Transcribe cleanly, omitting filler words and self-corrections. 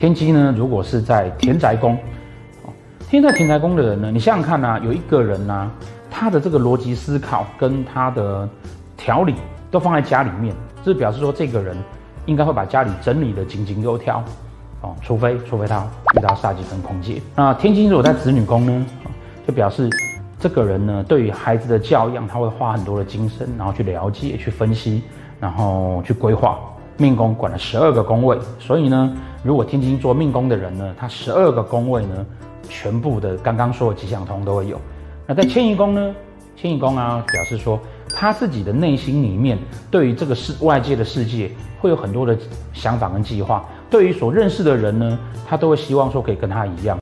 天机呢，如果是在田宅宫，天在田宅宫的人呢，你想想看啊，有一个人啊，他的这个逻辑思考跟他的条理都放在家里面，这表示说这个人应该会把家里整理得井井有条哦，除非他遇到煞忌跟空劫。那天机如果在子女宫呢，就表示这个人呢，对于孩子的教养，他会花很多的精神，然后去了解、去分析，然后去规划。命宫管了12个宫位，所以呢，如果天机做命宫的人呢，他12个宫位呢，全部的刚刚说的吉祥通都会有。那在迁移宫呢，迁移宫啊，表示说他自己的内心里面对于这个外界的世界会有很多的想法跟计划，对于所认识的人呢，他都会希望说可以跟他一样。